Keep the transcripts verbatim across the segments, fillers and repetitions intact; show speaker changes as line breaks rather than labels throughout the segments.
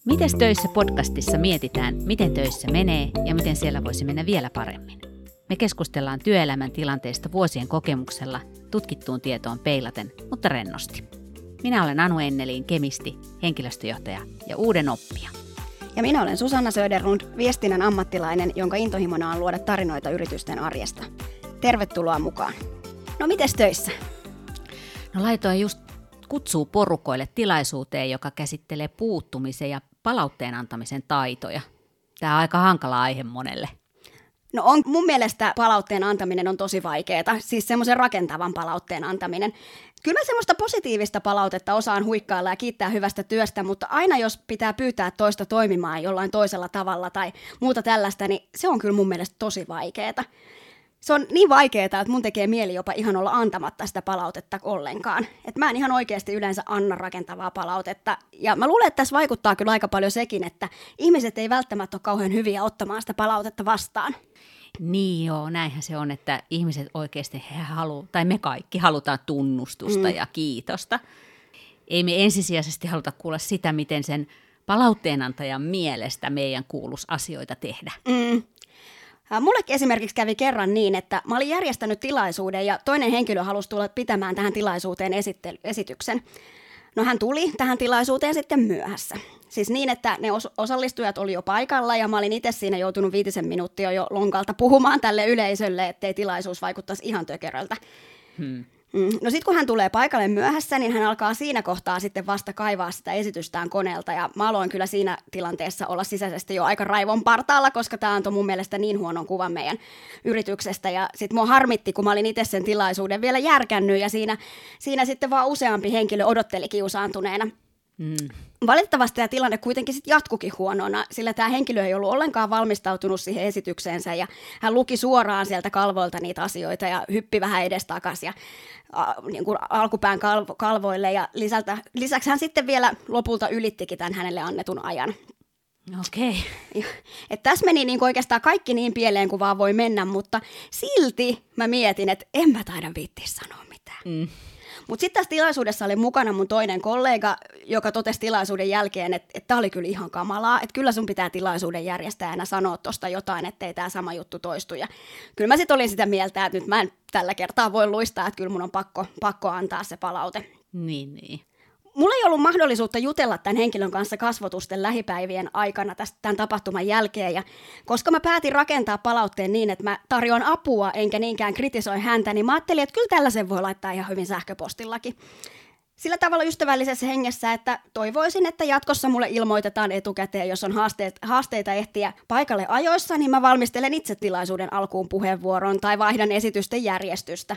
Mites töissä podcastissa mietitään, miten töissä menee ja miten siellä voisi mennä vielä paremmin. Me keskustellaan työelämän tilanteesta vuosien kokemuksella, tutkittuun tietoon peilaten, mutta rennosti. Minä olen Anu Ennelin, kemisti, henkilöstöjohtaja ja uuden oppija.
Ja minä olen Susanna Söderlund, viestinnän ammattilainen, jonka intohimona on luoda tarinoita yritysten arjesta. Tervetuloa mukaan. No mites töissä?
No laitoin just kutsuu porukoille tilaisuuteen, joka käsittelee puuttumisen ja palautteen antamisen taitoja. Tämä on aika hankala aihe monelle.
No on, mun mielestä palautteen antaminen on tosi vaikeaa, siis semmoisen rakentavan palautteen antaminen. Kyllä mä semmoista positiivista palautetta osaan huikkailla ja kiittää hyvästä työstä, mutta aina jos pitää pyytää toista toimimaan jollain toisella tavalla tai muuta tällaista, niin se on kyllä mun mielestä tosi vaikeaa. Se on niin vaikeaa, että mun tekee mieli jopa ihan olla antamatta sitä palautetta ollenkaan. Et mä en ihan oikeasti yleensä anna rakentavaa palautetta. Ja mä luulen, että tässä vaikuttaa kyllä aika paljon sekin, että ihmiset ei välttämättä ole kauhean hyviä ottamaan sitä palautetta vastaan.
Niin joo, näinhän se on, että ihmiset oikeasti he halu, tai me kaikki halutaan tunnustusta mm. ja kiitosta. Ei me ensisijaisesti haluta kuulla sitä, miten sen palautteenantajan mielestä meidän kuuluisi asioita tehdä.
Mm. Mullekin esimerkiksi kävi kerran niin, että mä olin järjestänyt tilaisuuden ja toinen henkilö halusi tulla pitämään tähän tilaisuuteen esittely- esityksen. No hän tuli tähän tilaisuuteen sitten myöhässä. Siis niin, että ne os- osallistujat oli jo paikalla ja mä olin itse siinä joutunut viitisen minuuttia jo lonkalta puhumaan tälle yleisölle, ettei tilaisuus vaikuttaisi ihan tökeröltä. Hmm. No sitten kun hän tulee paikalle myöhässä, niin hän alkaa siinä kohtaa sitten vasta kaivaa sitä esitystään koneelta. Ja mä aloin kyllä siinä tilanteessa olla sisäisesti jo aika raivon partaalla, koska tämä antoi mun mielestä niin huonon kuvan meidän yrityksestä. Ja sitten mua harmitti, kun mä olin itse sen tilaisuuden vielä järkännyt ja siinä, siinä sitten vaan useampi henkilö odotteli kiusaantuneena. Mm. Valitettavasti tämä tilanne kuitenkin sitten jatkuikin huonona, sillä tämä henkilö ei ollut ollenkaan valmistautunut siihen esitykseensä ja hän luki suoraan sieltä kalvoilta niitä asioita ja hyppi vähän edestakaisin ja a, niin kuin alkupään kalvo, kalvoille ja lisäksi hän sitten vielä lopulta ylittikin tämän hänelle annetun ajan.
Okei.
Okay. Tässä meni niin oikeastaan kaikki niin pieleen kuin vaan voi mennä, mutta silti mä mietin, että en mä taida viittiä sanoa mitään. Mm. Mutta sitten tässä tilaisuudessa oli mukana mun toinen kollega, joka totesi tilaisuuden jälkeen, että et tämä oli kyllä ihan kamalaa, että kyllä sun pitää tilaisuuden järjestäjänä sanoa tuosta jotain, ettei tämä sama juttu toistu. Ja kyllä mä sitten olin sitä mieltä, että nyt mä en tällä kertaa voi luistaa, että kyllä mun on pakko, pakko antaa se palaute.
Niin, niin.
Mulla ei ollut mahdollisuutta jutella tämän henkilön kanssa kasvotusten lähipäivien aikana tästä, tämän tapahtuman jälkeen, ja koska mä päätin rakentaa palautteen niin, että mä tarjoan apua enkä niinkään kritisoi häntä, niin mä ajattelin, että kyllä tällaisen voi laittaa ihan hyvin sähköpostillakin. Sillä tavalla ystävällisessä hengessä, että toivoisin, että jatkossa mulle ilmoitetaan etukäteen, jos on haasteet, haasteita ehtiä paikalle ajoissa, niin mä valmistelen itse tilaisuuden alkuun puheenvuoron tai vaihdan esitysten järjestystä.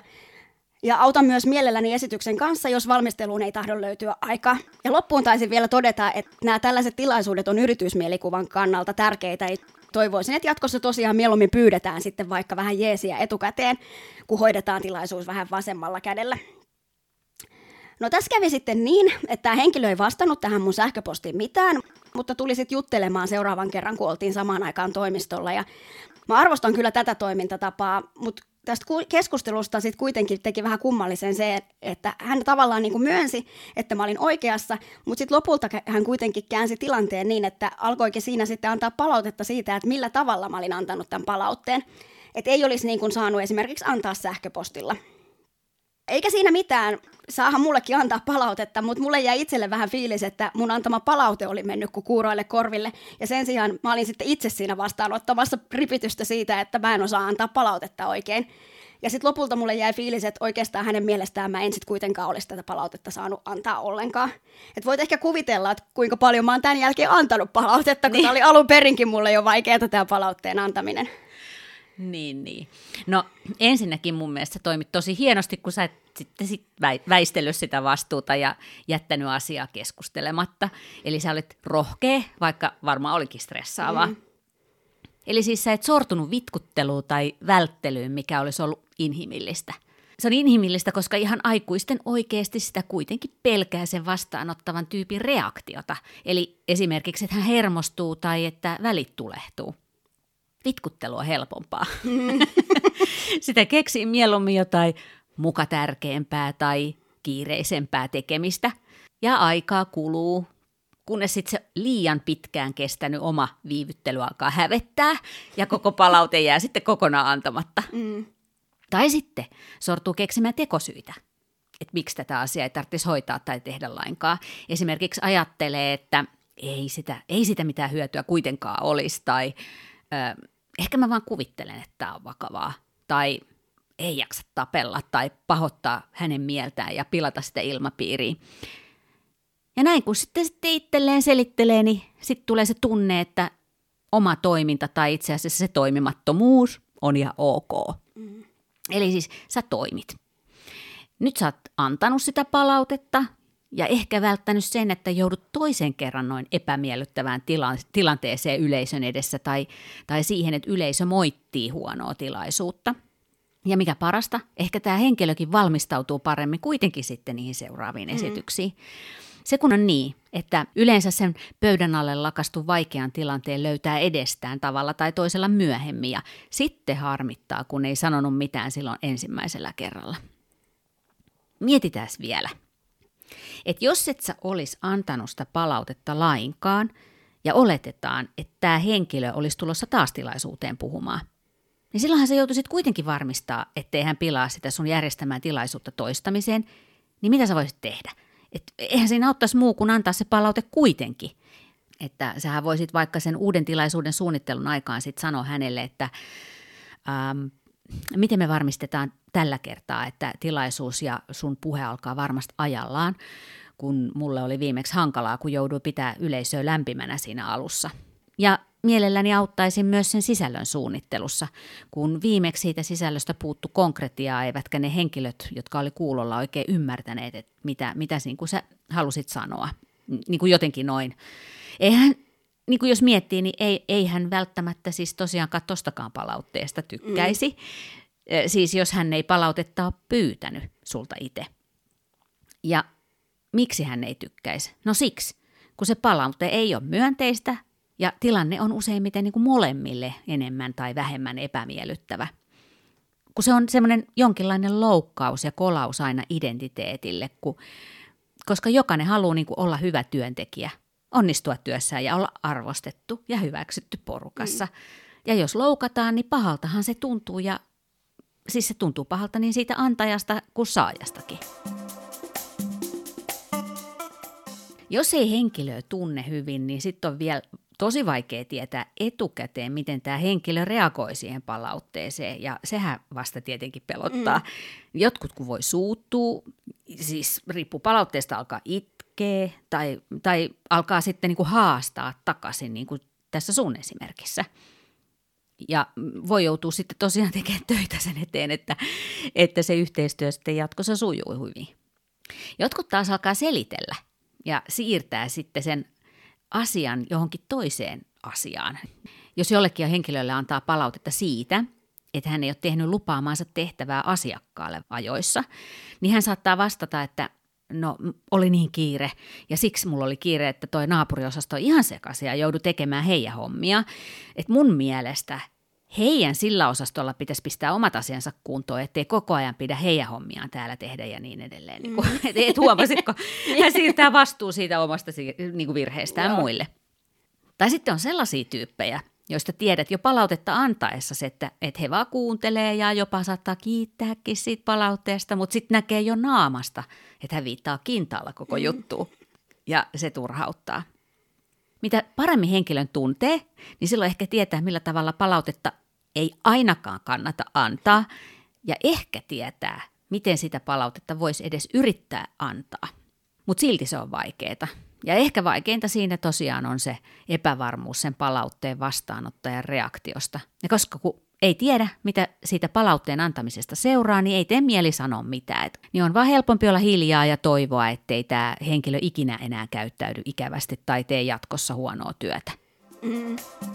Ja autan myös mielelläni esityksen kanssa, jos valmisteluun ei tahdo löytyä aikaa. Ja loppuun taisin vielä todeta, että nämä tällaiset tilaisuudet on yritysmielikuvan kannalta tärkeitä. Toivoisin, että jatkossa tosiaan mieluummin pyydetään sitten vaikka vähän jeesiä etukäteen, kun hoidetaan tilaisuus vähän vasemmalla kädellä. No tässä kävi sitten niin, että tämä henkilö ei vastannut tähän mun sähköpostiin mitään, mutta tuli sitten juttelemaan seuraavan kerran, kun oltiin samaan aikaan toimistolla. Ja mä arvostan kyllä tätä toimintatapaa, mutta tästä keskustelusta sitten kuitenkin teki vähän kummallisen se, että hän tavallaan niin kuin myönsi, että mä olin oikeassa, mutta sitten lopulta hän kuitenkin käänsi tilanteen niin, että alkoikin siinä sitten antaa palautetta siitä, että millä tavalla mä olin antanut tämän palautteen. Että ei olisi niin kuin saanut esimerkiksi antaa sähköpostilla. Eikä siinä mitään, saahan mullekin antaa palautetta, mutta mulle jäi itselle vähän fiilis, että mun antama palaute oli mennyt kuin kuuroille korville. Ja sen sijaan mä olin sitten itse siinä vastaanottamassa ripitystä siitä, että mä en osaa antaa palautetta oikein. Ja sitten lopulta mulle jäi fiilis, että oikeastaan hänen mielestään mä en sitten kuitenkaan olisi tätä palautetta saanut antaa ollenkaan. Että voit ehkä kuvitella, että kuinka paljon mä oon tämän jälkeen antanut palautetta, kun niin. Tämä oli alun perinkin mulle jo vaikeaa tämä palautteen antaminen.
Niin, niin. No ensinnäkin mun mielestä toimit tosi hienosti, kun sä et sitten sit väistellyt sitä vastuuta ja jättänyt asiaa keskustelematta. Eli sä olet rohkea, vaikka varmaan olikin stressaavaa. Mm. Eli siis sä et sortunut vitkutteluun tai välttelyyn, mikä olisi ollut inhimillistä. Se on inhimillistä, koska ihan aikuisten oikeasti sitä kuitenkin pelkää sen vastaanottavan tyypin reaktiota. Eli esimerkiksi, että hän hermostuu tai että välit tulehtuu. Vitkuttelu on helpompaa. Mm. Sitä keksii mieluummin jotain muka tärkeämpää tai kiireisempää tekemistä. Ja aikaa kuluu, kunnes sitten se liian pitkään kestänyt oma viivyttely alkaa hävettää ja koko palaute jää sitten kokonaan antamatta. Mm. Tai sitten sortuu keksimään tekosyitä, että miksi tätä asiaa ei tarvitsisi hoitaa tai tehdä lainkaan. Esimerkiksi ajattelee, että ei sitä, ei sitä mitään hyötyä kuitenkaan olisi tai ö, ehkä mä vaan kuvittelen, että tämä on vakavaa tai ei jaksa tapella tai pahoittaa hänen mieltään ja pilata sitä ilmapiiriä. Ja näin kun sitten, sitten itselleen selittelee, niin sitten tulee se tunne, että oma toiminta tai itse asiassa se toimimattomuus on ihan ok. Mm. Eli siis sä toimit. Nyt sä oot antanut sitä palautetta ja ehkä välttänyt sen, että joudut toisen kerran noin epämiellyttävään tila- tilanteeseen yleisön edessä tai, tai siihen, että yleisö moittii huonoa tilaisuutta. Ja mikä parasta, ehkä tämä henkilökin valmistautuu paremmin kuitenkin sitten niihin seuraaviin mm. esityksiin. Se kun on niin, että yleensä sen pöydän alle lakastun vaikean tilanteen löytää edestään tavalla tai toisella myöhemmin ja sitten harmittaa, kun ei sanonut mitään silloin ensimmäisellä kerralla. Mietitäänpäs vielä, että jos et sä olisi antanut sitä palautetta lainkaan ja oletetaan, että tämä henkilö olisi tulossa taas tilaisuuteen puhumaan, niin silloinhan sä joutuisit kuitenkin varmistaa, ettei hän pilaa sitä sun järjestämään tilaisuutta toistamiseen, niin mitä sä voisit tehdä? Et eihän siinä auttaisi muu kuin antaa se palaute kuitenkin. Että sähän voisit vaikka sen uuden tilaisuuden suunnittelun aikaan sitten sanoa hänelle, että ähm, miten me varmistetaan tällä kertaa, että tilaisuus ja sun puhe alkaa varmasti ajallaan, kun mulle oli viimeksi hankalaa, kun jouduin pitää yleisöä lämpimänä siinä alussa. Ja mielelläni auttaisin myös sen sisällön suunnittelussa, kun viimeksi siitä sisällöstä puuttu konkretiaa, eivätkä ne henkilöt, jotka oli kuulolla oikein ymmärtäneet, että mitä, mitä niin kuin sä halusit sanoa, niin kuin jotenkin noin. Eihän, niin kuin jos miettii, niin ei, eihän välttämättä siis tosiaankaan tostakaan palautteesta tykkäisi, mm. siis jos hän ei palautetta ole pyytänyt sulta itse. Ja miksi hän ei tykkäisi? No siksi, kun se palaute ei ole myönteistä, ja tilanne on useimmiten niin kuin molemmille enemmän tai vähemmän epämiellyttävä. Kun se on semmoinen jonkinlainen loukkaus ja kolaus aina identiteetille, kun, koska jokainen haluaa niin kuin olla hyvä työntekijä, onnistua työssään ja olla arvostettu ja hyväksytty porukassa. Mm. Ja jos loukataan, niin pahaltahan se tuntuu, ja siis se tuntuu pahalta niin siitä antajasta kuin saajastakin. Jos ei henkilöä tunne hyvin, niin sitten on vielä tosi vaikea tietää etukäteen, miten tämä henkilö reagoi siihen palautteeseen, ja sehän vasta tietenkin pelottaa. Mm. Jotkut kun voi suuttua, siis riippuu palautteesta, alkaa itkeä tai, tai alkaa sitten niin kuin haastaa takaisin, niin kuin tässä sun esimerkissä. Ja voi joutua sitten tosiaan tekemään töitä sen eteen, että, että se yhteistyö sitten jatkossa sujuu hyvin. Jotkut taas alkaa selitellä ja siirtää sitten sen asian johonkin toiseen asiaan. Jos jollekin henkilölle antaa palautetta siitä, että hän ei ole tehnyt lupaamaansa tehtävää asiakkaalle ajoissa, niin hän saattaa vastata, että no oli niin kiire ja siksi mulla oli kiire, että toi naapuriosasto on ihan sekaisin ja joudui tekemään heidän hommia. Että mun mielestä heidän sillä osastolla pitäisi pistää omat asiansa kuntoon, ettei koko ajan pidä heidän hommiaan täällä tehdä ja niin edelleen. Mm. Et, et huomasitko, hän siirtää vastuu siitä omasta niin kuin virheestään Joo. muille. Tai sitten on sellaisia tyyppejä, joista tiedät jo palautetta antaessa, että, että he vaan kuuntelee ja jopa saattaa kiittääkin siitä palautteesta, mutta sitten näkee jo naamasta, että hän viittaa kintaalla koko mm. juttuun ja se turhauttaa. Mitä paremmin henkilön tuntee, niin silloin ehkä tietää, millä tavalla palautetta ei ainakaan kannata antaa ja ehkä tietää, miten sitä palautetta voisi edes yrittää antaa. Mutta silti se on vaikeaa. Ja ehkä vaikeinta siinä tosiaan on se epävarmuus sen palautteen vastaanottajan reaktiosta. Ja koska kun ei tiedä, mitä siitä palautteen antamisesta seuraa, niin ei tee mieli sanoa mitään. Et, niin on vaan helpompi olla hiljaa ja toivoa, ettei tämä henkilö ikinä enää käyttäydy ikävästi tai tee jatkossa huonoa työtä. Mm.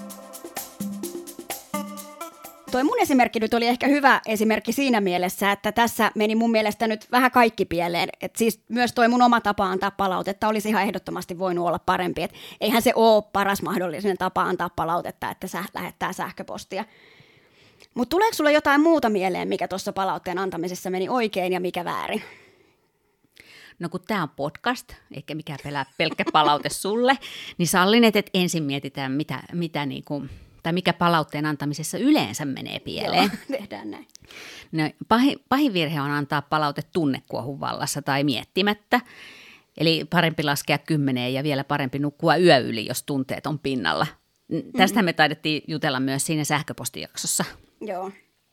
Toi mun esimerkki nyt oli ehkä hyvä esimerkki siinä mielessä, että tässä meni mun mielestä nyt vähän kaikki pieleen. Et siis myös toi mun oma tapa antaa palautetta olisi ihan ehdottomasti voinut olla parempi. Et eihän se ole paras mahdollinen tapa antaa palautetta, että sä lähettää sähköpostia. Mutta tuleeko sulla jotain muuta mieleen, mikä tuossa palautteen antamisessa meni oikein ja mikä väärin?
no kun tämä on podcast, eikä mikään pelää pelkkä palaute sulle, niin sallin, että ensin mietitään, mitä, mitä niin kuin, tai mikä palautteen antamisessa yleensä menee pieleen.
Joo, tehdään näin.
No, pahin, pahin virhe on antaa palaute tunnekuohun vallassa tai miettimättä. Eli parempi laskea kymmeneen ja vielä parempi nukkua yö yli, jos tunteet on pinnalla. Tästä me taidettiin jutella myös siinä sähköpostijaksossa.
Joo.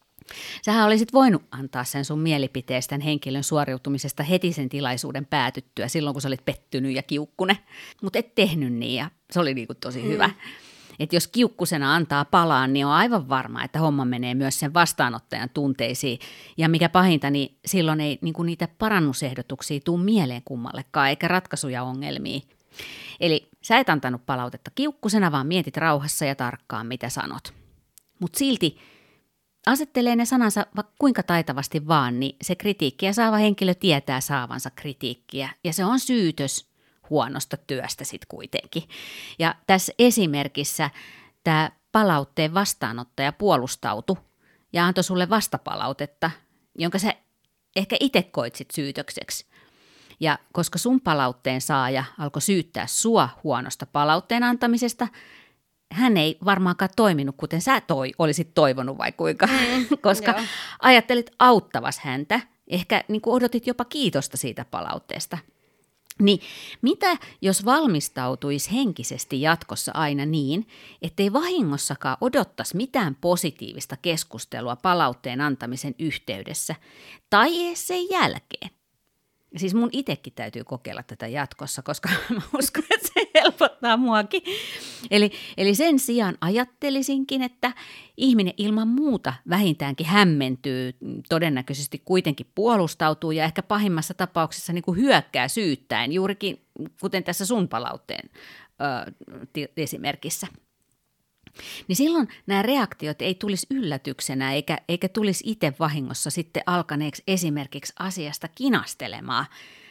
Sähän olisit voinut antaa sen sun mielipiteestä henkilön suoriutumisesta heti sen tilaisuuden päätyttyä silloin, kun sä olit pettynyt ja kiukkunen. Mutta et tehnyt niin ja se oli niinku tosi mm. hyvä. Että jos kiukkusena antaa palaan, niin on aivan varma, että homma menee myös sen vastaanottajan tunteisiin. Ja mikä pahinta, niin silloin ei niinku niitä parannusehdotuksia tule mieleen kummallekaan, eikä ratkaisuja ongelmiin. Eli sä et antanut palautetta kiukkusena, vaan mietit rauhassa ja tarkkaan, mitä sanot. Mutta silti asettelee ne sanansa vaikka kuinka taitavasti vaan, niin se kritiikkiä saava henkilö tietää saavansa kritiikkiä. Ja se on syytös huonosta työstä sitten kuitenkin. Ja tässä esimerkissä tämä palautteen vastaanottaja puolustautui ja antoi sulle vastapalautetta, jonka sä ehkä itse koit sit syytökseksi. Ja koska sun palautteen saaja alkoi syyttää sua huonosta palautteen antamisesta, hän ei varmaankaan toiminut, kuten sä toi, olisit toivonut vai kuinka, mm, koska joo. ajattelit auttavas häntä, ehkä niin kuin odotit jopa kiitosta siitä palautteesta. Niin mitä jos valmistautuisi henkisesti jatkossa aina niin, ettei vahingossakaan odottaisi mitään positiivista keskustelua palautteen antamisen yhteydessä tai edes sen jälkeen? Siis mun itsekin täytyy kokeilla tätä jatkossa, koska mä uskon, että se helpottaa muakin. Eli, eli sen sijaan ajattelisinkin, että ihminen ilman muuta vähintäänkin hämmentyy, todennäköisesti kuitenkin puolustautuu ja ehkä pahimmassa tapauksessa niin kuin hyökkää syyttäen, juurikin kuten tässä sun palautteen ö, esimerkissä. Niin silloin nämä reaktiot ei tulisi yllätyksenä eikä, eikä tulisi itse vahingossa sitten alkaneeksi esimerkiksi asiasta kinastelemaan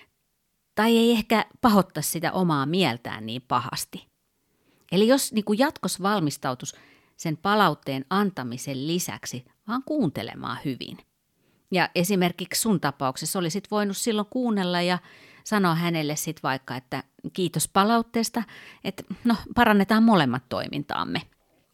tai ei ehkä pahoittaisi sitä omaa mieltään niin pahasti. Eli jos niin kuin jatkossa valmistautuisi sen palautteen antamisen lisäksi vaan kuuntelemaan hyvin. Ja esimerkiksi sun tapauksessa olisit voinut silloin kuunnella ja sanoa hänelle sitten vaikka, että kiitos palautteesta, että no parannetaan molemmat toimintaamme.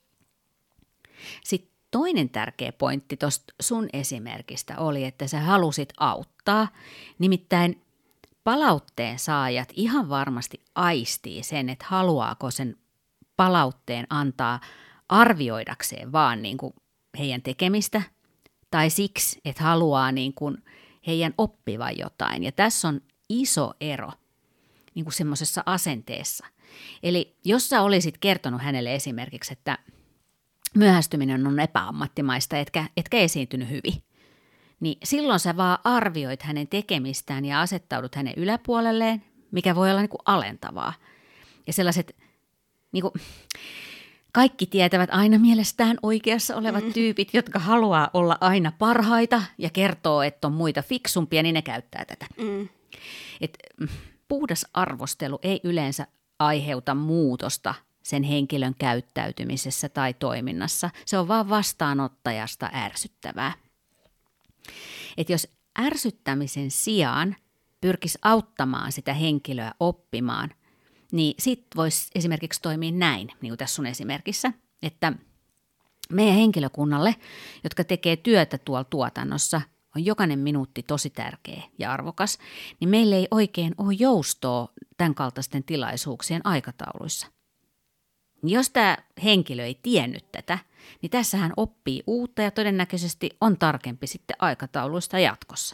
Sitten toinen tärkeä pointti tuosta sun esimerkistä oli, että sä halusit auttaa. Nimittäin palautteen saajat ihan varmasti aistii sen, että haluaako sen palautteen antaa arvioidakseen vaan niin kuin heidän tekemistä tai siksi, että haluaa niin kuin heidän oppivan jotain. Ja tässä on iso ero niin kuin semmoisessa asenteessa. Eli jos sä olisit kertonut hänelle esimerkiksi, että myöhästyminen on epäammattimaista, etkä, etkä esiintynyt hyvin, niin silloin sä vaan arvioit hänen tekemistään ja asettaudut hänen yläpuolelleen, mikä voi olla niin kuin alentavaa. Ja sellaiset niin kuin, kaikki tietävät aina mielestään oikeassa olevat mm. tyypit, jotka haluaa olla aina parhaita ja kertoo, että on muita fiksumpia, niin ne käyttää tätä. Mm. Et, puhdas arvostelu ei yleensä aiheuta muutosta sen henkilön käyttäytymisessä tai toiminnassa. Se on vaan vastaanottajasta ärsyttävää. Et jos ärsyttämisen sijaan pyrkisi auttamaan sitä henkilöä oppimaan, niin sitten voisi esimerkiksi toimia näin, niin kuin tässä sun esimerkissä, että meidän henkilökunnalle, jotka tekee työtä tuolla tuotannossa, on jokainen minuutti tosi tärkeä ja arvokas, niin meillä ei oikein ole joustoa tämän kaltaisten tilaisuuksien aikatauluissa. Jos tämä henkilö ei tiennyt tätä, niin tässä hän oppii uutta ja todennäköisesti on tarkempi sitten aikatauluista jatkossa.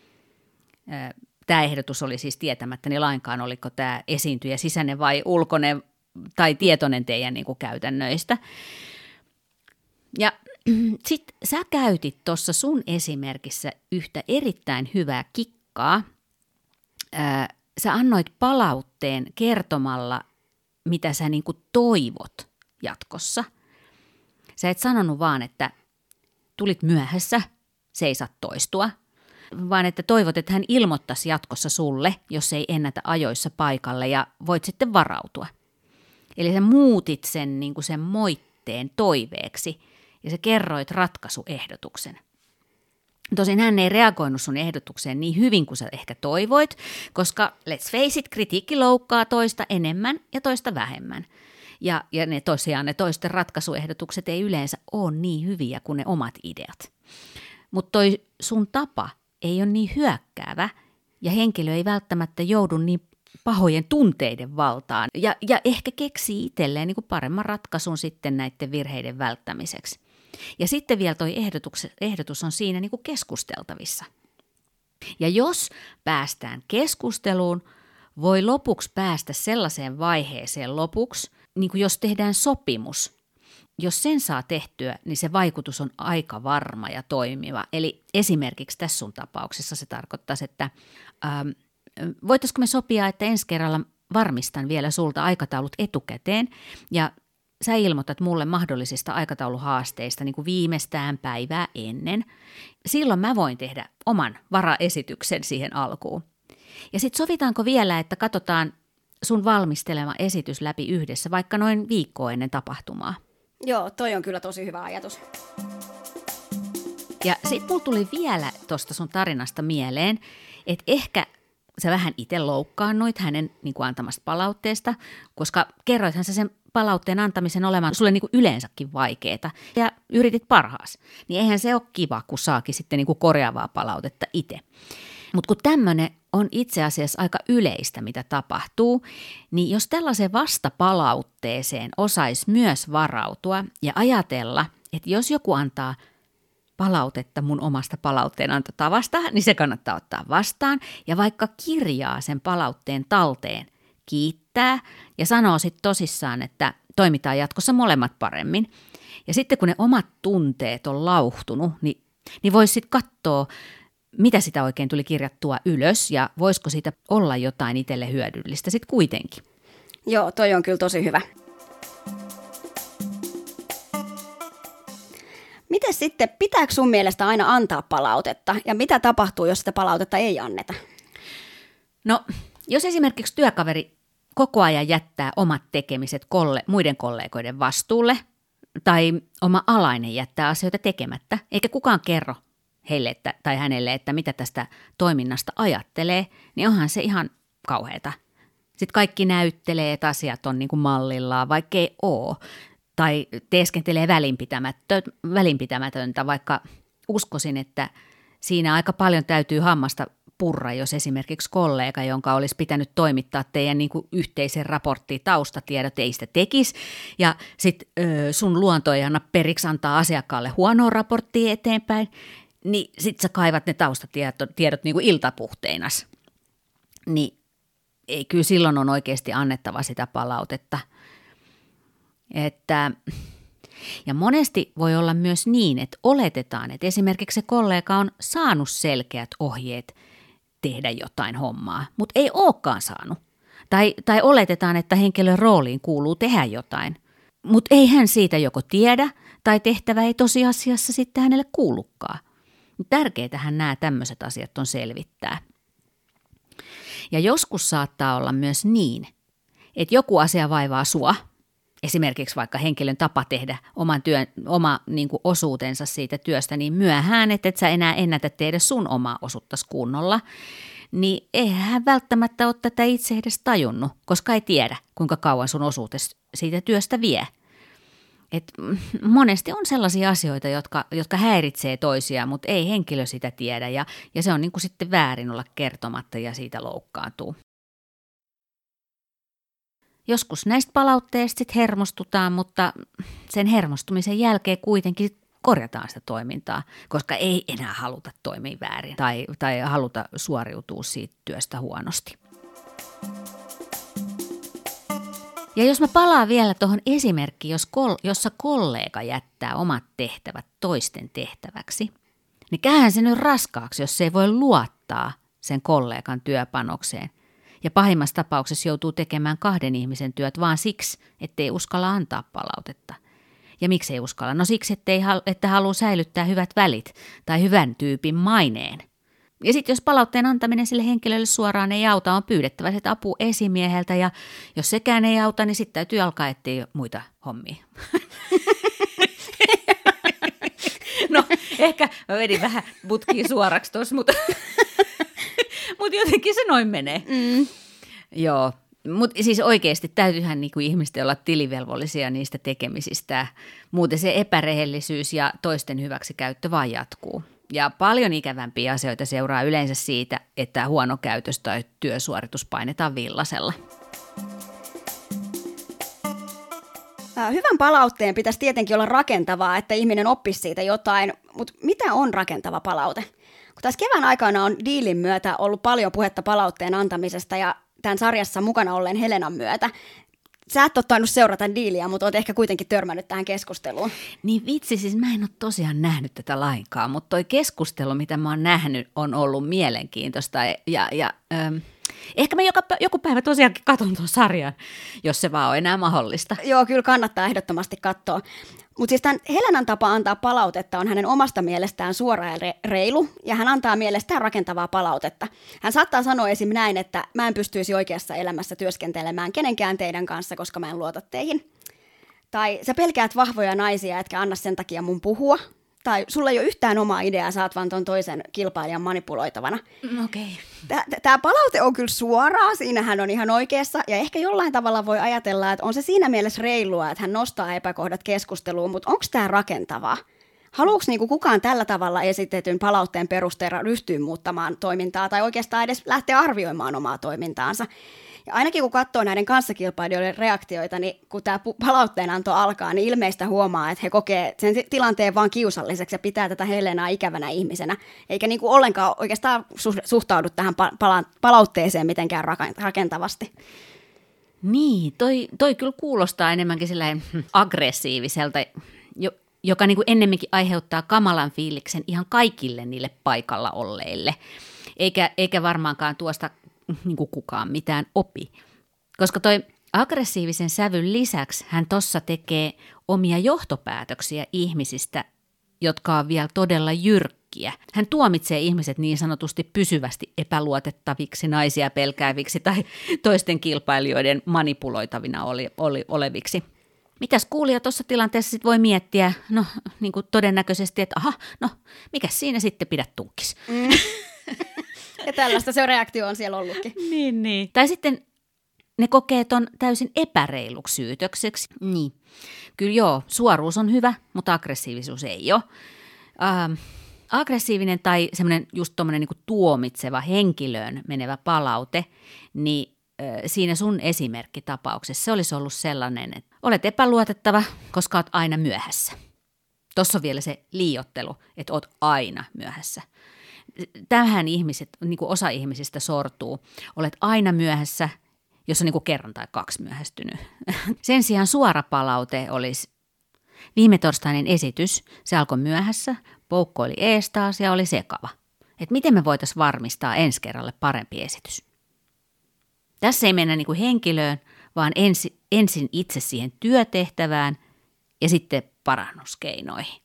Tämä ehdotus oli siis tietämättä niin lainkaan, oliko tämä esiintyjä sisäinen vai ulkoinen tai tietoinen teidän niin kuin käytännöistä. Ja sitten sä käytit tuossa sun esimerkissä yhtä erittäin hyvää kikkaa. Sä annoit palautteen kertomalla, mitä sä niin kuin toivot jatkossa. Sä et sanonut vaan, että tulit myöhässä, se ei saa toistua, vaan että toivot, että hän ilmoittaisi jatkossa sulle, jos ei ennätä ajoissa paikalle ja voit sitten varautua. Eli sä muutit sen, niin kuin sen moitteen toiveeksi ja sä kerroit ratkaisuehdotuksen. Tosin hän ei reagoinut sun ehdotukseen niin hyvin kuin sä ehkä toivoit, koska let's face it, kritiikki loukkaa toista enemmän ja toista vähemmän. Ja, ja ne tosiaan ne toisten ratkaisuehdotukset ei yleensä ole niin hyviä kuin ne omat ideat. Mutta toi sun tapa ei ole niin hyökkäävä ja henkilö ei välttämättä joudu niin pahojen tunteiden valtaan ja, ja ehkä keksii itselleen niin kuin paremman ratkaisun sitten näiden virheiden välttämiseksi. Ja sitten vielä toi ehdotus, ehdotus on siinä niin kuin keskusteltavissa. Ja jos päästään keskusteluun, voi lopuksi päästä sellaiseen vaiheeseen lopuksi, niin kuin jos tehdään sopimus. Jos sen saa tehtyä, niin se vaikutus on aika varma ja toimiva. Eli esimerkiksi tässä sun tapauksessa se tarkoittaisi, että ähm, voitaisiko me sopia, että ensi kerralla varmistan vielä sulta aikataulut etukäteen ja sä ilmoitat mulle mahdollisista aikatauluhaasteista niin kuin viimeistään päivää ennen. Silloin mä voin tehdä oman varaesityksen siihen alkuun. Ja sitten sovitaanko vielä, että katsotaan sun valmistelema esitys läpi yhdessä, vaikka noin viikkoa ennen tapahtumaa.
Joo, toi on kyllä tosi hyvä ajatus.
Ja sitten mulla tuli vielä tuosta sun tarinasta mieleen, että ehkä sä vähän itse loukkaannuit hänen niin kuin antamasta palautteesta, koska kerroithan sä sen palautteen antamisen olemaan sulle niin kuin yleensäkin vaikeeta ja yritit parhaas. Niin eihän se ole kiva, kun saakin sitten niin kuin korjaavaa palautetta itse. Mutta kun tämmöinen on itse asiassa aika yleistä, mitä tapahtuu, niin jos tällaiseen vastapalautteeseen osaisi myös varautua ja ajatella, että jos joku antaa palautetta mun omasta palautteenantotavasta, niin se kannattaa ottaa vastaan ja vaikka kirjaa sen palautteen talteen, kiittää ja sanoo sitten tosissaan, että toimitaan jatkossa molemmat paremmin. Ja sitten kun ne omat tunteet on lauhtunut, niin, niin voisi sitten katsoa, mitä sitä oikein tuli kirjattua ylös ja voisiko siitä olla jotain itselle hyödyllistä sitten kuitenkin.
Joo, toi on kyllä tosi hyvä. Miten sitten, pitääkö sun mielestä aina antaa palautetta ja mitä tapahtuu, jos sitä palautetta ei anneta?
No, jos esimerkiksi työkaveri koko ajan jättää omat tekemiset kolle, muiden kollegoiden vastuulle tai oma alainen jättää asioita tekemättä, eikä kukaan kerro heille että, tai hänelle, että mitä tästä toiminnasta ajattelee, niin onhan se ihan kauheata. Sitten kaikki näyttelee, että asiat on niin kuin mallillaan, vaikka ei ole. Tai teeskentelee välinpitämätöntä, vaikka uskoisin, että siinä aika paljon täytyy hammasta purra, jos esimerkiksi kollega, jonka olisi pitänyt toimittaa teidän niin kuin yhteisen raporttiin taustatiedot, ei sitä tekisi. Ja sitten sun luonto ei anna periksi antaa asiakkaalle huonoa raporttia eteenpäin, niin sitten sä kaivat ne taustatiedot tiedot niin kuin iltapuhteinas. Niin ei kyllä silloin on oikeasti annettava sitä palautetta. Että, ja monesti voi olla myös niin, että oletetaan, että esimerkiksi se kollega on saanut selkeät ohjeet tehdä jotain hommaa, mutta ei olekaan saanut. Tai, tai oletetaan, että henkilön rooliin kuuluu tehdä jotain, mutta ei hän siitä joko tiedä tai tehtävä ei tosiasiassa sitten hänelle kuulukaan. Tärkeitähän nämä tämmöiset asiat on selvittää. Ja joskus saattaa olla myös niin, että joku asia vaivaa sua, esimerkiksi vaikka henkilön tapa tehdä oman työn, oma niin kuin osuutensa siitä työstä niin myöhään, että et sä enää ennätä tehdä sun omaa osuuttasi kunnolla, niin eihän hän välttämättä ole tätä itse edes tajunnut, koska ei tiedä, kuinka kauan sun osuutesi siitä työstä vie. Et monesti on sellaisia asioita, jotka, jotka häiritsee toisiaan, mutta ei henkilö sitä tiedä ja, ja se on niin kuin sitten väärin olla kertomatta ja siitä loukkaantuu. Joskus näistä palautteista sitten hermostutaan, mutta sen hermostumisen jälkeen kuitenkin korjataan sitä toimintaa, koska ei enää haluta toimia väärin tai, tai haluta suoriutua siitä työstä huonosti. Ja jos mä palaan vielä tuohon esimerkkiin, jos kol, jossa kollega jättää omat tehtävät toisten tehtäväksi, niin käyhän se nyt raskaaksi, jos se ei voi luottaa sen kollegan työpanokseen. Ja pahimmassa tapauksessa joutuu tekemään kahden ihmisen työt vaan siksi, ettei uskalla antaa palautetta. Ja miksi ei uskalla? No siksi, ettei, että haluaa säilyttää hyvät välit tai hyvän tyypin maineen. Ja sitten jos palautteen antaminen sille henkilölle suoraan ei auta, on pyydettävä sitä apua esimieheltä ja jos sekään ei auta, niin sitten täytyy alkaa etsiä muita hommia. No ehkä Mä vedin vähän butkiin suoraksi tuossa, mutta, mutta jotenkin se noin menee. Mm. Joo, mutta siis oikeasti täytyyhän niinku ihmisten olla tilivelvollisia niistä tekemisistä. Muuten se epärehellisyys ja toisten hyväksikäyttö vaan jatkuu. Ja paljon ikävämpiä asioita seuraa yleensä siitä, että huono käytös tai työsuoritus painetaan villasella.
Hyvän palautteen pitäisi tietenkin olla rakentavaa, että ihminen oppisi siitä jotain, mutta mitä on rakentava palaute? Kun tässä kevään aikana on diilin myötä ollut paljon puhetta palautteen antamisesta ja tämän sarjassa mukana olleen Helenan myötä. Sä et ole tainnut seurata diiliä, mutta oot ehkä kuitenkin törmännyt tähän keskusteluun.
Niin vitsi, siis mä en ole tosiaan nähnyt tätä lainkaan, mutta toi keskustelu, mitä mä oon nähnyt, on ollut mielenkiintoista ja... ja ähm... Ehkä mä joka, joku päivä tosiaankin katson tuon sarjan, jos se vaan on enää mahdollista.
Joo, kyllä kannattaa ehdottomasti katsoa. Mutta siis tämän Helenan tapa antaa palautetta on hänen omasta mielestään suora ja reilu, ja hän antaa mielestään rakentavaa palautetta. Hän saattaa sanoa esim. Näin, että mä en pystyisi oikeassa elämässä työskentelemään kenenkään teidän kanssa, koska mä en luota teihin. Tai sä pelkäät vahvoja naisia, etkä anna sen takia mun puhua. Tai sulla ei ole yhtään omaa ideaa, sä oot vaan ton toisen kilpailijan manipuloitavana.
Okei.
Okay. Tämä palaute on kyllä suoraa, siinä hän on ihan oikeassa. Ja ehkä jollain tavalla voi ajatella, että on se siinä mielessä reilua, että hän nostaa epäkohdat keskusteluun, mutta onko tämä rakentavaa? Haluuks niinku kukaan tällä tavalla esitetyn palautteen perusteella ryhtyä muuttamaan toimintaa tai oikeastaan edes lähteä arvioimaan omaa toimintaansa? Ja ainakin kun katsoo näiden kanssakilpailijoiden reaktioita, niin kun tämä palautteenanto alkaa, niin ilmeistä huomaa, että he kokee sen tilanteen vaan kiusalliseksi ja pitää tätä Helenaa ikävänä ihmisenä, eikä niin kuin ollenkaan oikeastaan suhtaudu tähän palautteeseen mitenkään rakentavasti.
Niin, toi, toi kyllä kuulostaa enemmänkin sellainen aggressiiviselta, joka niin kuin ennemminkin aiheuttaa kamalan fiiliksen ihan kaikille niille paikalla olleille, eikä, eikä varmaankaan tuosta niin kuin kukaan mitään opi. Koska toi aggressiivisen sävyn lisäksi hän tossa tekee omia johtopäätöksiä ihmisistä, jotka on vielä todella jyrkkiä. Hän tuomitsee ihmiset niin sanotusti pysyvästi epäluotettaviksi, naisia pelkääviksi tai toisten kilpailijoiden manipuloitavina oli, oli, oleviksi. Mitäs kuulija tuossa tilanteessa sit voi miettiä? No niin kuin todennäköisesti, että aha, no mikäs siinä sitten pidä tunkis. Mm.
Ja tällaista se reaktio on siellä ollutkin.
Niin, niin. Tai sitten ne kokee ton täysin epäreiluksi syytökseksi. Niin. Kyllä joo, suoruus on hyvä, mutta aggressiivisuus ei ole. Ähm, aggressiivinen tai semmoinen just tommoinen niinku tuomitseva henkilöön menevä palaute, niin äh, siinä sun esimerkkitapauksessa se olisi ollut sellainen, että olet epäluotettava, koska olet aina myöhässä. Tuossa on vielä se liiottelu, että olet aina myöhässä. Tähän ihmiset, niin kuin osa ihmisistä sortuu. Olet aina myöhässä, jos on niin kuin kerran tai kaksi myöhästynyt. Sen sijaan suora palaute olisi viime torstainen esitys. Se alkoi myöhässä, poukkoili ees taas ja oli sekava. Et miten me voitaisiin varmistaa ensi kerralle parempi esitys? Tässä ei mennä niin kuin henkilöön, vaan ensi, ensin itse siihen työtehtävään ja sitten parannuskeinoihin.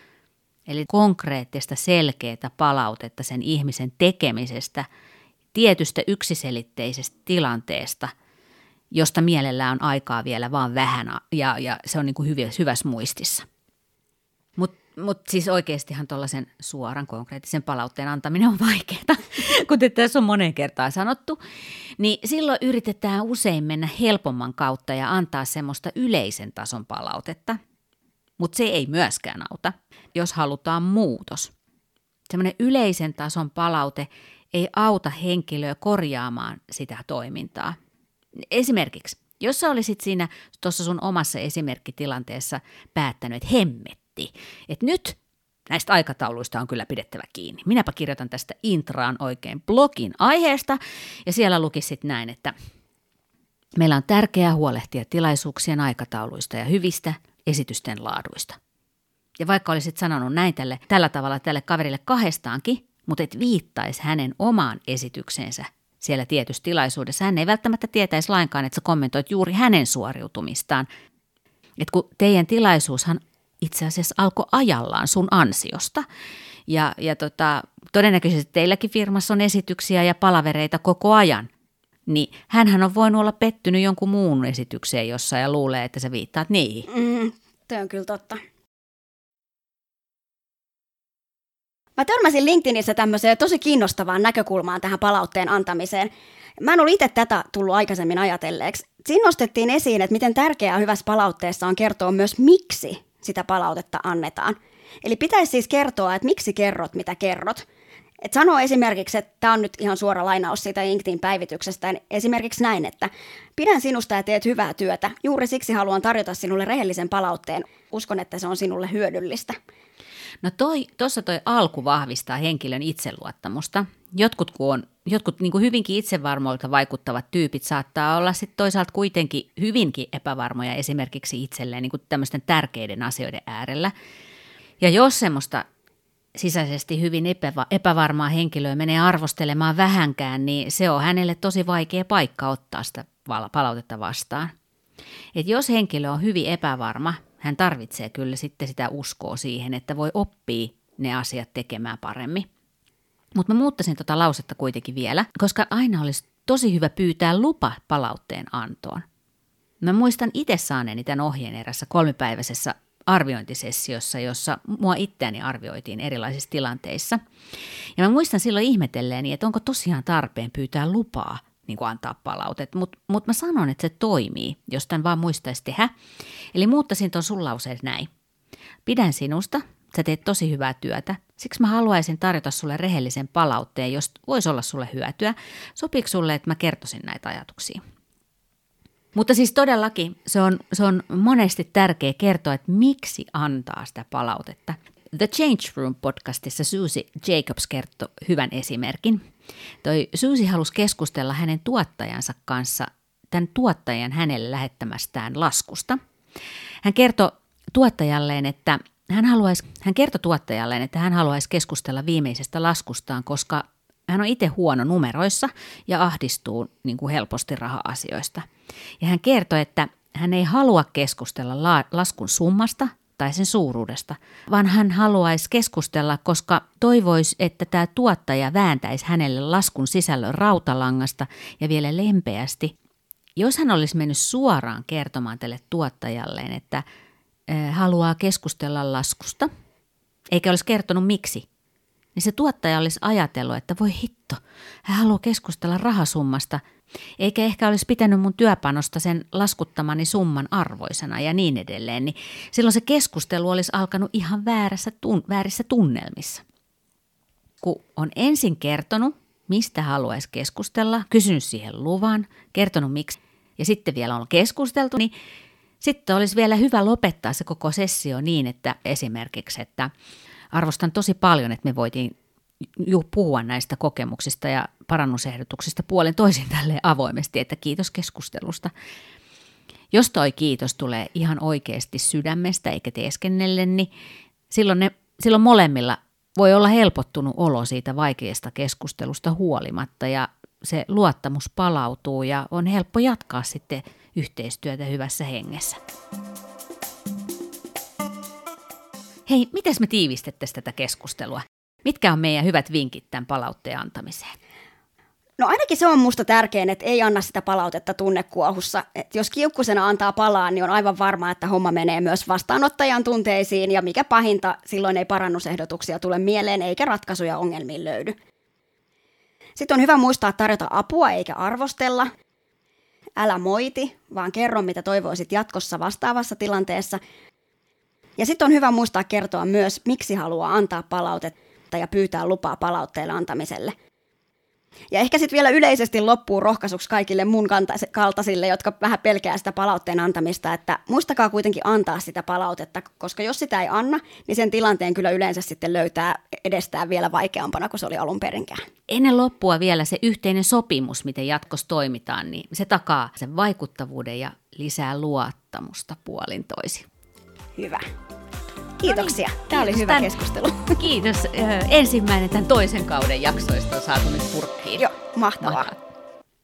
Eli konkreettista, selkeää palautetta sen ihmisen tekemisestä, tietystä yksiselitteisestä tilanteesta, josta mielellään on aikaa vielä vaan vähän ja, ja se on niin kuin hyvässä, hyvässä muistissa. Mutta mut siis oikeastihan tuollaisen suoran konkreettisen palautteen antaminen on vaikeaa, kuten tässä on moneen kertaan sanottu, niin silloin yritetään usein mennä helpomman kautta ja antaa semmoista yleisen tason palautetta. Mutta se ei myöskään auta, jos halutaan muutos. Semmoinen yleisen tason palaute ei auta henkilöä korjaamaan sitä toimintaa. Esimerkiksi, jos sä olisit siinä tuossa sun omassa esimerkkitilanteessa päättänyt, että hemmetti, että nyt näistä aikatauluista on kyllä pidettävä kiinni. Minäpä kirjoitan tästä intraan oikein blogin aiheesta ja siellä lukisit näin, että meillä on tärkeää huolehtia tilaisuuksien aikatauluista ja hyvistä esitysten laaduista. Ja vaikka olisit sanonut näin tälle, tällä tavalla tälle kaverille kahdestaankin, mutta et viittaisi hänen omaan esitykseensä siellä tietyssä tilaisuudessa, hän ei välttämättä tietäisi lainkaan, että sä kommentoit juuri hänen suoriutumistaan. Et kun teidän tilaisuushan itse asiassa alkoi ajallaan sun ansiosta. Ja, ja tota, todennäköisesti teilläkin firmassa on esityksiä ja palavereita koko ajan. Niin hänhän on voinut olla pettynyt jonkun muun esitykseen jossain ja luulee, että sä viittaat niihin.
Mm, toi on kyllä totta. Mä törmäsin LinkedInissä tämmöiseen tosi kiinnostavaan näkökulmaan tähän palautteen antamiseen. Mä en ollut itse tätä tullut aikaisemmin ajatelleeksi. Siinä nostettiin esiin, että miten tärkeää hyvässä palautteessa on kertoa myös, miksi sitä palautetta annetaan. Eli pitäisi siis kertoa, että miksi kerrot, mitä kerrot. Et sanoo esimerkiksi, että tämä on nyt ihan suora lainaus siitä LinkedIn päivityksestä, esimerkiksi näin, että pidän sinusta ja teet hyvää työtä. Juuri siksi haluan tarjota sinulle rehellisen palautteen. Uskon, että se on sinulle hyödyllistä.
No toi, tuossa toi alku vahvistaa henkilön itseluottamusta. Jotkut, kun on, jotkut niin kuin hyvinkin itsevarmoilta vaikuttavat tyypit saattaa olla sitten toisaalta kuitenkin hyvinkin epävarmoja esimerkiksi itselleen niin kuin tämmöisten tärkeiden asioiden äärellä. Ja jos semmoista sisäisesti hyvin epäva- epävarmaa henkilöä menee arvostelemaan vähänkään, niin se on hänelle tosi vaikea paikka ottaa sitä palautetta vastaan. Et jos henkilö on hyvin epävarma, hän tarvitsee kyllä sitten sitä uskoa siihen, että voi oppia ne asiat tekemään paremmin. Mutta mä muuttaisin tota lausetta kuitenkin vielä, koska aina olisi tosi hyvä pyytää lupa palautteen antoon. Mä muistan itse saaneeni tämän ohjeen erässä kolmipäiväisessä arviointisessiossa, jossa mua itseäni arvioitiin erilaisissa tilanteissa. Ja mä muistan silloin ihmetelleeni, että onko tosiaan tarpeen pyytää lupaa niin kuin antaa palautet, mutta mut mä sanon, että se toimii, jos tämän vaan muistaisi tehdä. Eli muuttaisin tuon sun lauseen näin. Pidän sinusta, sä teet tosi hyvää työtä, siksi mä haluaisin tarjota sulle rehellisen palautteen, jos voisi olla sulle hyötyä. Sopiiko sulle, että mä kertoisin näitä ajatuksia? Mutta siis todellakin se on, se on monesti tärkeää kertoa, että miksi antaa sitä palautetta. The Change Room podcastissa Susie Jacobs kertoi hyvän esimerkin. Toi Susie halusi keskustella hänen tuottajansa kanssa tämän tuottajan hänelle lähettämästään laskusta. Hän kertoi tuottajalleen, että hän, haluaisi, hän kertoi tuottajalleen, että hän haluaisi keskustella viimeisestä laskustaan, koska hän on itse huono numeroissa ja ahdistuu niin kuin helposti raha-asioista. Ja hän kertoi, että hän ei halua keskustella la- laskun summasta tai sen suuruudesta, vaan hän haluaisi keskustella, koska toivoisi, että tämä tuottaja vääntäisi hänelle laskun sisällön rautalangasta ja vielä lempeästi. Jos hän olisi mennyt suoraan kertomaan tälle tuottajalleen, että äh, haluaa keskustella laskusta, eikä olisi kertonut miksi, niin se tuottaja olisi ajatellut, että voi hitto, hän haluaa keskustella rahasummasta, eikä ehkä olisi pitänyt mun työpanosta sen laskuttamani summan arvoisena ja niin edelleen, niin silloin se keskustelu olisi alkanut ihan väärässä tun- väärissä tunnelmissa. Kun on ensin kertonut, mistä haluaisi keskustella, kysynyt siihen luvan, kertonut miksi, ja sitten vielä on keskusteltu, niin sitten olisi vielä hyvä lopettaa se koko sessio niin, että esimerkiksi, että arvostan tosi paljon, että me voitiin puhua näistä kokemuksista ja parannusehdotuksista puolen toisin tälleen avoimesti, että kiitos keskustelusta. Jos toi kiitos tulee ihan oikeasti sydämestä eikä teeskennelle, niin silloin, ne, silloin molemmilla voi olla helpottunut olo siitä vaikeasta keskustelusta huolimatta ja se luottamus palautuu ja on helppo jatkaa sitten yhteistyötä hyvässä hengessä. Hei, mitäs me tiivistettäisiin tätä keskustelua? Mitkä on meidän hyvät vinkit tämän palautteen antamiseen?
No ainakin se on musta tärkein, että ei anna sitä palautetta tunnekuohussa. Et jos kiukkusena antaa palaa, niin on aivan varma, että homma menee myös vastaanottajan tunteisiin ja mikä pahinta, silloin ei parannusehdotuksia tule mieleen eikä ratkaisuja ongelmiin löydy. Sitten on hyvä muistaa tarjota apua eikä arvostella. Älä moiti, vaan kerro mitä toivoisit jatkossa vastaavassa tilanteessa. Ja sitten on hyvä muistaa kertoa myös, miksi haluaa antaa palautetta ja pyytää lupaa palautteelle antamiselle. Ja ehkä sitten vielä yleisesti loppuu rohkaisuksi kaikille mun kaltaisille, jotka vähän pelkää sitä palautteen antamista, että muistakaa kuitenkin antaa sitä palautetta, koska jos sitä ei anna, niin sen tilanteen kyllä yleensä sitten löytää edestään vielä vaikeampana kuin se oli alun perinkään.
Ennen loppua vielä se yhteinen sopimus, miten jatkossa toimitaan, niin se takaa sen vaikuttavuuden ja lisää luottamusta puolin toisin.
Hyvä. Kiitoksia.
No niin,
Tämä
kiitos
oli hyvä
tämän,
keskustelu.
Kiitos. Ensimmäinen tämän toisen kauden jaksoista on saatu nyt purkkiin.
Joo, mahtavaa.
Mahtavaa.